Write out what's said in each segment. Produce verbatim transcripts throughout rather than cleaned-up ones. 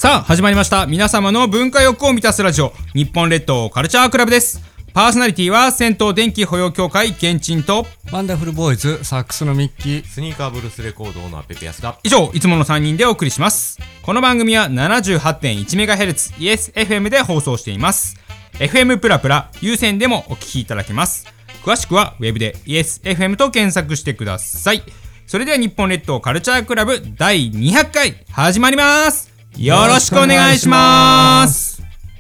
さあ始まりました。皆様の文化欲を満たすラジオ、日本列島カルチャークラブです。パーソナリティは銭湯電気保養協会現鎮とワンダフルボーイズサックスのミッキー、 スニーカーブルースレコードのペペヤスだ。 以上いつものさんにんでお送りします。この番組は ななじゅうはちてんいちメガヘルツ イエスエフエム で放送しています。 エフエム プラプラ有線でもお聞きいただけます。詳しくはウェブで イエスエフエム と検索してください。それでは日本列島カルチャークラブだいにひゃっかい始まります。よろしくお願いします。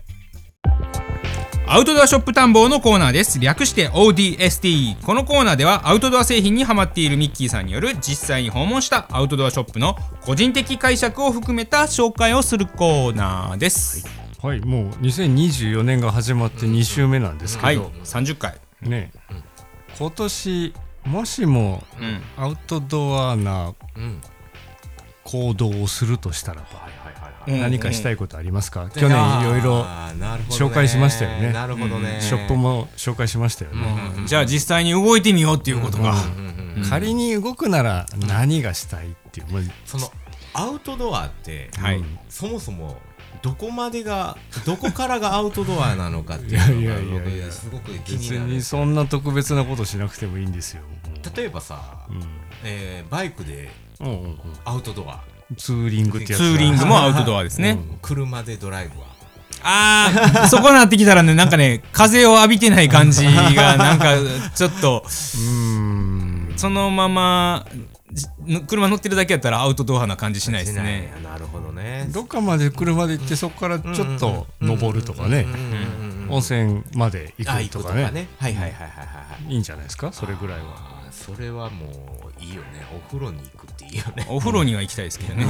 アウトドアショップ探訪のコーナーです。略して オーディーエスティー。 このコーナーではアウトドア製品にハマっているミッキーさんによる実際に訪問したアウトドアショップの個人的解釈を含めた紹介をするコーナーです。 はい、はい、もうにせんにじゅうよねんが始まってに週目なんですけど、 はい、さんじゅっかいね、うん、今年もしもアウトドアな行動をするとしたらば、うん、何かしたいことありますか？うん、去年いろいろ紹介しましたよね。 なるほどね。 ショップも紹介しましたよね。 うん、じゃあ実際に動いてみようっていうことが、 うんうん、仮に動くなら何がしたいっていう、うん、 そのアウトドアって、 はい、 そもそもどこまでがどこからがアウトドアなのかっていうのが僕すごく気になる。 別にそんな特別なことしなくてもいいんですよ。 例えばさ、うんえー、バイクでアウトドア、 ツーリングってやつ。 ツーリングもアウトドアですね。 うん、車でドライブはあーそこになってきたらね、なんかね風を浴びてない感じがなんかちょっとうーんそのまま車乗ってるだけやったらアウトドアな感じしないですね。 なるほどね。 どっかまで車で行ってそこからちょっと登るとかね、温泉まで行くとかね。 はいはいはいはいはいいいんじゃないですか、それぐらいは。 それはもういいよね。お風呂に行くっていいよね。 お風呂には行きたいですけどね。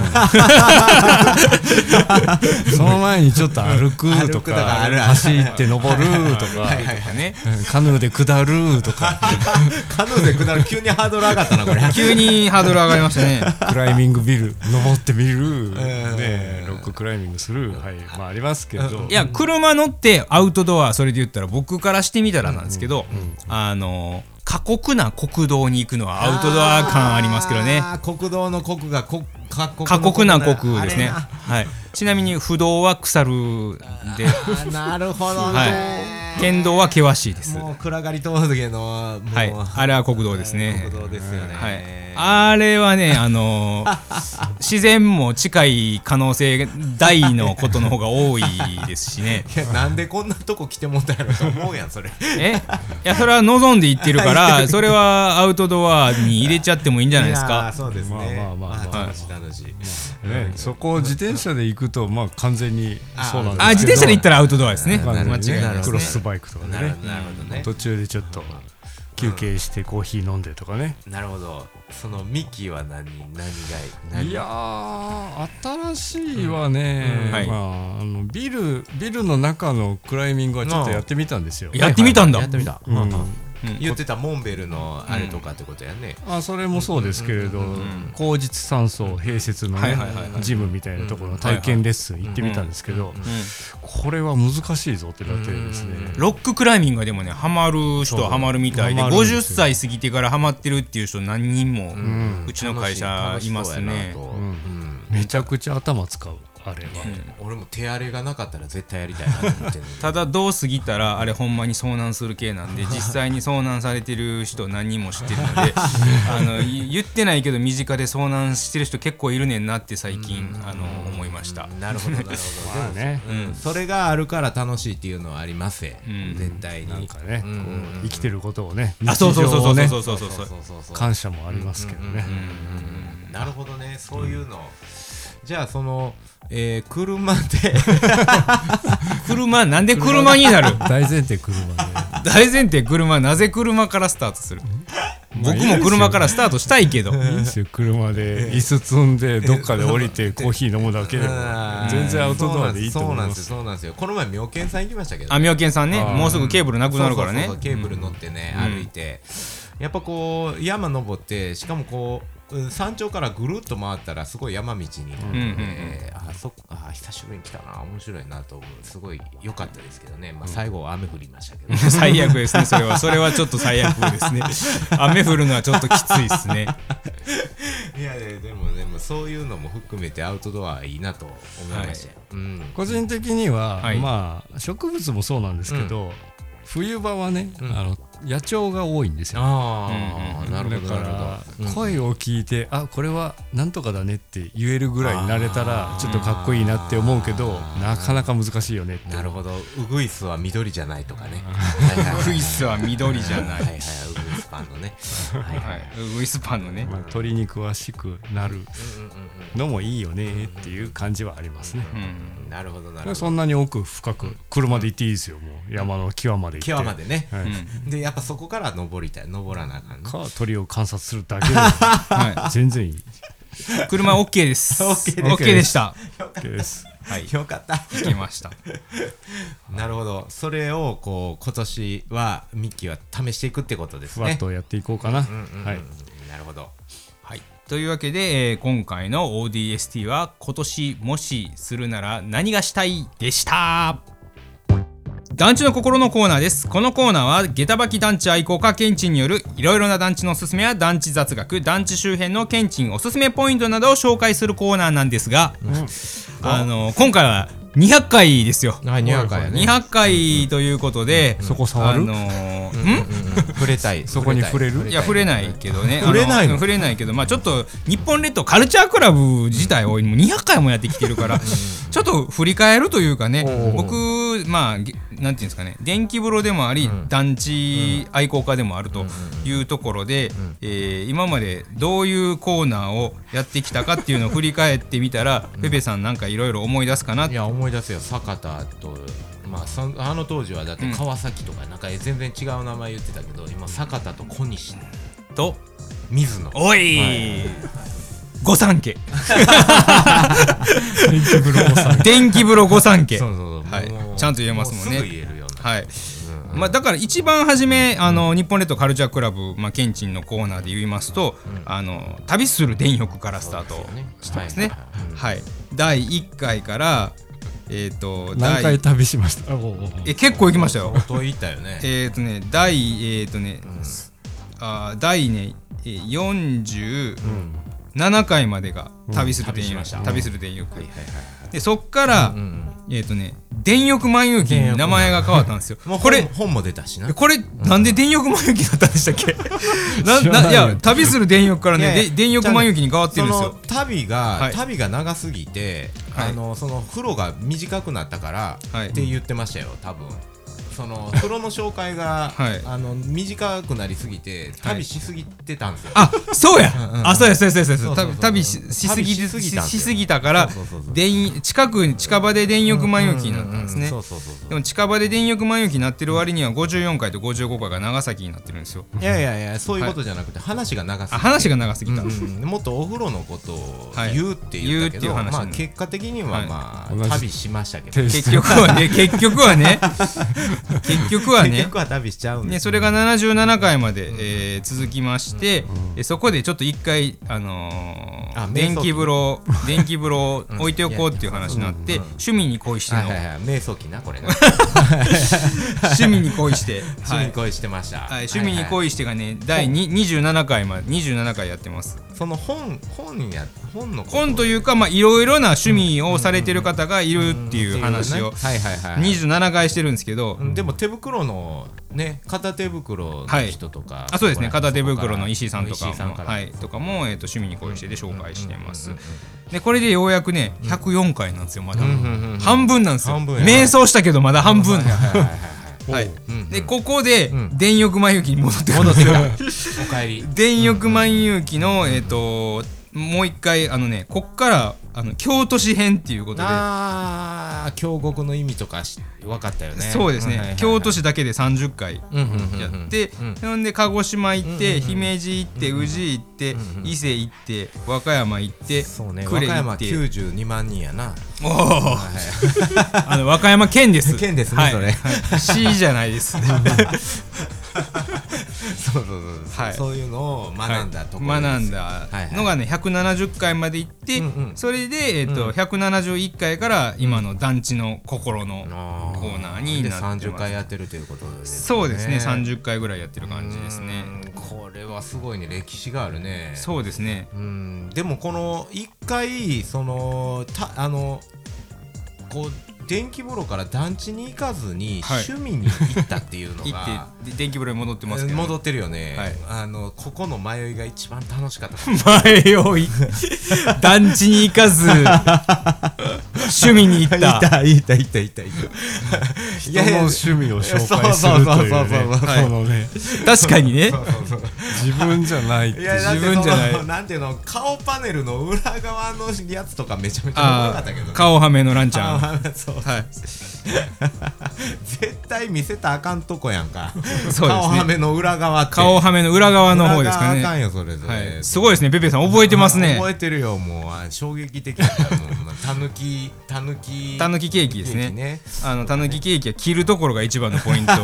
その前にちょっと歩くとか走って登るとかカヌーで下るとか。 カヌーで下る、急にハードル上がったなこれ。 急にハードル上がりましたね。 クライミングビル登ってみる、ね、ロッククライミングする、はい、まあありますけど、 いや車乗ってアウトドア、それで言ったら僕からしてみたらなんですけど、うんうんうん、あの過酷な国道に行くのはアウトドア感ありますけどね。 国道の国がこ過酷な国ですね。はい。ちなみに不動は腐るで。 なるほどね。はい。 県道は険しいです。 もう暗がり峠のもう、 はい、あれは国道ですね。 国道ですよね。 はい。あれはね、あのー、自然も近い可能性大のことの方が多いですしね。 いや、なんでこんなとこ来てもんだろうと思うやんそれ。 え？いや、それは望んで行ってるから、それはアウトドアに入れちゃってもいいんじゃないですか。 そうですね。 まあまあまあ、まあ、 楽しい楽しい。 ね、そこを自転車で行くと、まあ完全にそうなんですけど。 あ、自転車で行ったらアウトドアですね。 間違いない。クロスバイクとかね。 なるほどね。 途中でちょっと休憩してコーヒー飲んでとかね。 なるほど。そのミキは何何が何？ いやー、新しいはね、うんはい、まあ、あのビルビルの中のクライミングはちょっとやってみたんですよ。 やってみたんだ。 やってみた。 うんうんうん、言ってたモンベルのあれとかってことやね。 うん、あ、それもそうですけれど、高実酸素併設のねジムみたいなところの体験レッスン行ってみたんですけど、これは難しいぞってなってですね。 ロッククライミングはでもね、ハマる人はハマるみたいで、ごじゅっさい過ぎてからハマってるっていう人何人もうちの会社いますね。 めちゃくちゃ頭使う。あれは、 うん、俺も手荒れがなかったら絶対やりたいなと思ってる。 ただどう過ぎたらあれほんまに遭難する系なんで、実際に遭難されてる人何人も知ってるのであの言ってないけど身近で遭難してる人結構いるねんなって最近あの思いました。 なるほどなるほど。 まあね、 うん、それがあるから楽しいっていうのはありますよ、うん、絶対に。 なんかね、うん、こう生きてることをね、 あ、そうそうそうそうそうそうそうそう感謝もありますけどね。 なるほどね、そういうの、うん、じゃあそのえー、車で車、なんで車になる？ 大前提車で大前提車、なぜ車からスタートする？僕も車からスタートしたいけど。 いいんですよ、車で椅子積んでどっかで降りてコーヒー飲むだけでも全然アウトドアでいいと思います。 そうなんですよ、この前妙見さん行きましたけど、 あ、妙見さんね、もうすぐケーブルなくなるからね。 そうそうそう、ケーブル乗ってね、うん、歩いてやっぱこう山登って、しかもこう山頂からぐるっと回ったらすごい山道に、うんうんうん、あそあ久しぶりに来たな、面白いなと思う、すごい良かったですけどね、まあ、最後は雨降りましたけど、ね、 最悪ですね、それはそれはちょっと最悪ですね。雨降るのはちょっときついですね。 いやででもでもそういうのも含めてアウトドアいいなと思いましたよ、はい、うん、 個人的には、はい、まあ植物もそうなんですけど、うん、冬場はね、うん、あの野鳥が多いんですよ。 ああ、なるほど。 だから声を聞いて、あ、これはなんとかだねって言えるぐらいになれたらちょっとかっこいいなって思うけど、なかなか難しいよねって。 なるほど。ウグイスは緑じゃないとかね。 ウグイスは緑じゃない。はいはい、ウグイスパンのね。 はいはい、ウグイスパンのね。 まあ、鳥に詳しくなるのもいいよねっていう感じはありますね。 うん、なるほどなるほど。 そんなに奥深く車で行っていいですよ。もう山の際まで行って。 際までね。はい、でやっぱそこから登りたい、登らなあかんね。 か鳥を観察するだけで、はい、全然いい。 車 OK です。OK でした。 OK です。 はい、よかった。 行けました。 なるほど。それをこう今年はミッキーは試していくってことですね。 ふわっとやっていこうかな。はい。 なるほど。 はい。というわけで、えー、今回の オーディーエスティー は今年もしするなら何がしたいでした。団地の心のコーナーです。このコーナーは下駄履き団地愛好家ケンチンによるいろいろな団地のおすすめや団地雑学、団地周辺のケンチンおすすめポイントなどを紹介するコーナーなんですが、うん、あの今回はにひゃっかいですよ。 にひゃっかい、ね、 にひゃっかいということで、 うん、そこ触る、 あのーうんうんうん、触れたい。 そこに触れる？ いや触れないけどね。 触れないの？ 触れないけど、まあちょっと日本列島カルチャークラブ自体をにひゃっかいもやってきてるからちょっと振り返るというかね、僕まあなんていうんですかね、電気風呂でもあり、うん、団地愛好家でもあるというところで、うん、えー、今までどういうコーナーをやってきたかっていうのを振り返ってみたら、うん、ペペさんなんかいろいろ思い出すかな。 いや思い出すよ。坂田と、まあ、そあの当時はだって川崎とかなんか全然違う名前言ってたけど、今坂田と小西と水野、 おい、はい、御三家電気風呂御三家、そうそうそう、はい、ちゃんと言えますもんね。 すぐ言えるような、 はい、うん、まあ、だから一番初めあの、うん、日本列島カルチャークラブ、まあ、ケンチンのコーナーで言いますと、うん、あの旅する電浴からスタートしてますね。はい、だいいっかいからえー、と何回旅しました？ え結構行きましたよ。 相当行ったよね。 えっとね第えっ、ー、とね、うん、あ第ねよんじゅうななかいまでが旅する電浴、うん、旅する電浴、うん、でそっから、うんうん、えっ、ー、とね電浴満遊記に名前が変わったんですよ。 これ本も出たしな。 これ、うん、なんで電浴満遊記だったんでしたっけ？なないや旅する電浴からね、いやいや電浴満遊記に変わってるんですよ。 旅が、はい、旅が長すぎて、はい、あのその風呂が短くなったから、はい、って言ってましたよ多分。その風呂の紹介が、はい、あの短くなりすぎて旅しすぎてたんですよ。 あ、そうや。あ、そうやそうやそうや。旅しすぎしすぎたから近く近場で電浴満遊記になったんですね。でも近場で電浴満遊記になってる割にはごじゅうよんかいとごじゅうごかいが長崎になってるんですよ。 いやいやいや、そういうことじゃなくて話が長すぎて、 話が長すぎた。 もっとお風呂のことを言うって言ったけど、まあ結果的にはまあ旅しましたけど、 結局はね結局はね結局はね結局は旅しちゃうんです、ね、 それがななじゅうななかいまで、うん、えー、続きまして、うん、そこでちょっと一回、あのー、電気風呂電気風呂を置いておこうっていう話になって、うん、趣味に恋しての、はいはいはい、 瞑想期なこれね趣味に恋して趣味に恋してました、 はいはい、趣味に恋してがねだいにじゅうななかいまでにじゅうななかいやってます。 その本本や本の本というか、まあいろいろな趣味をされてる方がいるっていう話をにじゅうななかいしてるんですけど、 でも手袋のね片手袋の人とか、はい、 あそうですね、片手袋の石井さんとかも、はい、とかも、えー、と趣味に恋してで紹介してます。でこれでようやくねひゃくよんかいなんですよ。まだ半分なんですよ。瞑想したけどまだ半分。はい、でここで電浴満遊記に戻ってくるんですよ。 おかえり。 電浴満遊記のえっともう一回あのねこっからあの京都市編っていうことで、 ああ京極の意味とかし分かったよね。 そうですね、うんはいはいはい、京都市だけでさんじゅっかいやって、ほんで鹿児島行って、うんうんうん、姫路行って、宇治行って、うんうん、伊勢行って和歌山行って、 そうね、和歌山きゅうじゅうにまんにんやな。おお、 はい、あの和歌山県です県ですね、はい、それ、 はい、市じゃないですそうそうそうそう、はい、そういうのを学んだところです、 はい、学んだのがねひゃくななじゅっかいまで行って、うんうん、それで、えーとうん、ひゃくななじゅういっかいから今の団地の心のコーナーになってます。 でさんじゅっかいやってるということですね。 そうですね、さんじゅっかいぐらいやってる感じですね。 これははすごいね、歴史があるね。 そうですね。 うん、でもこの一回そのたあのこう電気風呂から団地に行かずに趣味に行ったっていうのが、 はい、行って電気風呂に戻ってますけど、 戻ってるよね、 はい、 あのここの迷いが一番楽しかった迷い団地に行かず趣味に行ったいたいたいたいたいた人の趣味を紹介するというね、 確かにねそうそうそう自分じゃないって、 いや自分じゃないなんていうの、顔パネルの裏側のやつとかめちゃめちゃ面白かったけど、ね、 顔はめのランちゃん、 そうはい、 絶対見せたらあかんとこやんか。 そうですね、 顔はめの裏側って、 顔はめの裏側の方ですかね。 裏側あかんよそれぞれ、 はい、すごいですね、ペペさん覚えてますね。 覚えてるよ、もう衝撃的なたぬきたぬきたぬきケーキですね。ね、あのたぬきケーキは切るところが一番のポイント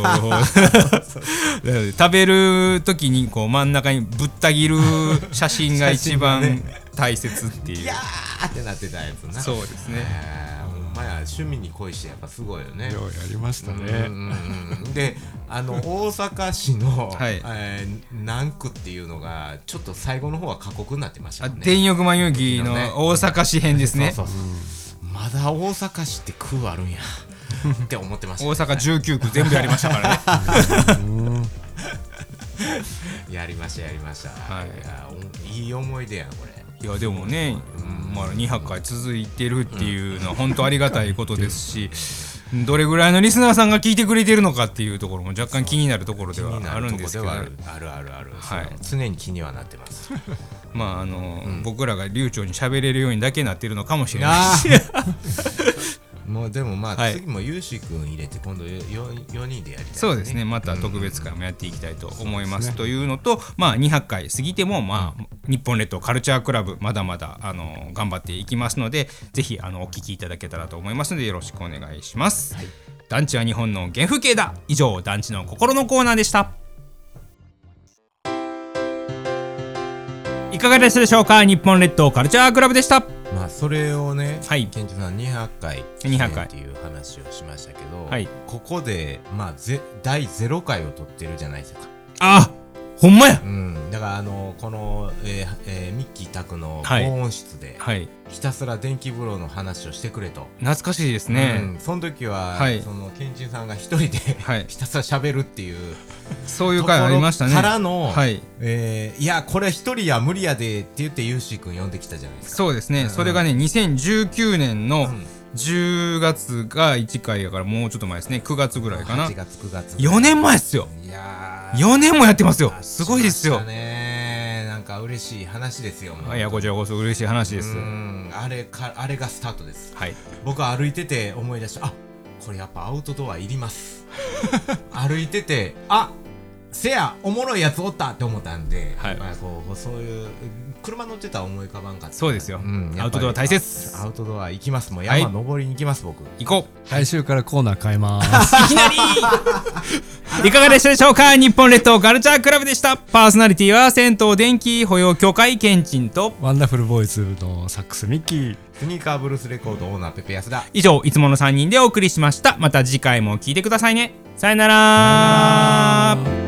食べる時にこう真ん中にぶった切る写真が一番大切っていう。 いやーってなってたやつな。 そうですね。 まあ、趣味に恋してやっぱすごいよね。 ようやりましたね。うんうんうん、で、あの大阪市の、 はい、 えー、南区っていうのがちょっと最後の方は過酷になってましたね。 電浴満遊記の大阪市編ですね。 そうそうそう、うん、まだ大阪市って区あるんやって思ってました、ね。 大阪じゅうきゅうく全部やりましたからね。 やりましたやりました。はい、いやいい思い出やんこれ。 いやでもね、まあ、にひゃっかい続いてるっていうのは本当ありがたいことですし、どれぐらいのリスナーさんが聞いてくれてるのかっていうところも若干気になるところではあるんですけど、 あるあるあるある、 はい、 常に気にはなってます。 まああの、うん、僕らが流暢に喋れるようにだけなってるのかもしれないもうでもまあ、はい、次もゆうしくん入れて今度 4, よにんでやりたい、ね、 そうですね、また特別会もやっていきたいと思います、うん、というのと、まあ、にひゃっかい過ぎても、まあ、日本列島カルチャークラブまだまだあの頑張っていきますので、ぜひあのお聞きいただけたらと思いますのでよろしくお願いします、はい、団地は日本の原風景だ。以上、団地の心のコーナーでした。いかがでしたでしょうか。日本列島カルチャークラブでした。 まあそれをね、 はい、 ケンチさんにひゃっかい記念っていう話をしましたけど、はい、ここでまあぜだいゼロかいを取ってるじゃないですか。 あ、ほんまや。 うん、だからあのこの、えーえー、ミッキー宅の防音室で、はい、ひたすら電気風呂の話をしてくれと。 懐かしいですね、うん、 その時は、はい、そのケンチンさんが一人で、はい、ひたすら喋るっていうそういう回ありましたね。 からの、はい、えー、いやこれ一人や無理やでって言ってユーシー君呼んできたじゃないですか。 そうですね、うん、それがねにせんじゅうきゅうねんのじゅうがつがいっかいだからもうちょっと前ですね。くがつぐらいかな。 はちがつくがつよねんまえっすよ。 いやよねんもやってますよ。すごいですよね。なんか嬉しい話ですよ。 いやこちらこそ嬉しい話です。 うん、あれかあれがスタートです、 はい、 僕は歩いてて思い出した。あ、これやっぱアウトドアいります歩いてて、あ、せやおもろいやつおったって思ったんで、はい、まあ、こうそういう車乗ってたら思い浮かばんかった。 そうですよ、うん、 アウトドア大切。 アウトドア行きます。もう山登りに行きます、はい、僕行こう。 来週からコーナー変えますいきなりいかがでしたでしょうか。日本列島カルチャークラブでした。パーソナリティは銭湯電気保養協会ケンチンとワンダフルボーイズのサックスミッキー、 スニーカーブルースレコードオーナーペペヤスだ。 以上、いつものさんにんでお送りしました。また次回も聞いてくださいね。さよなら。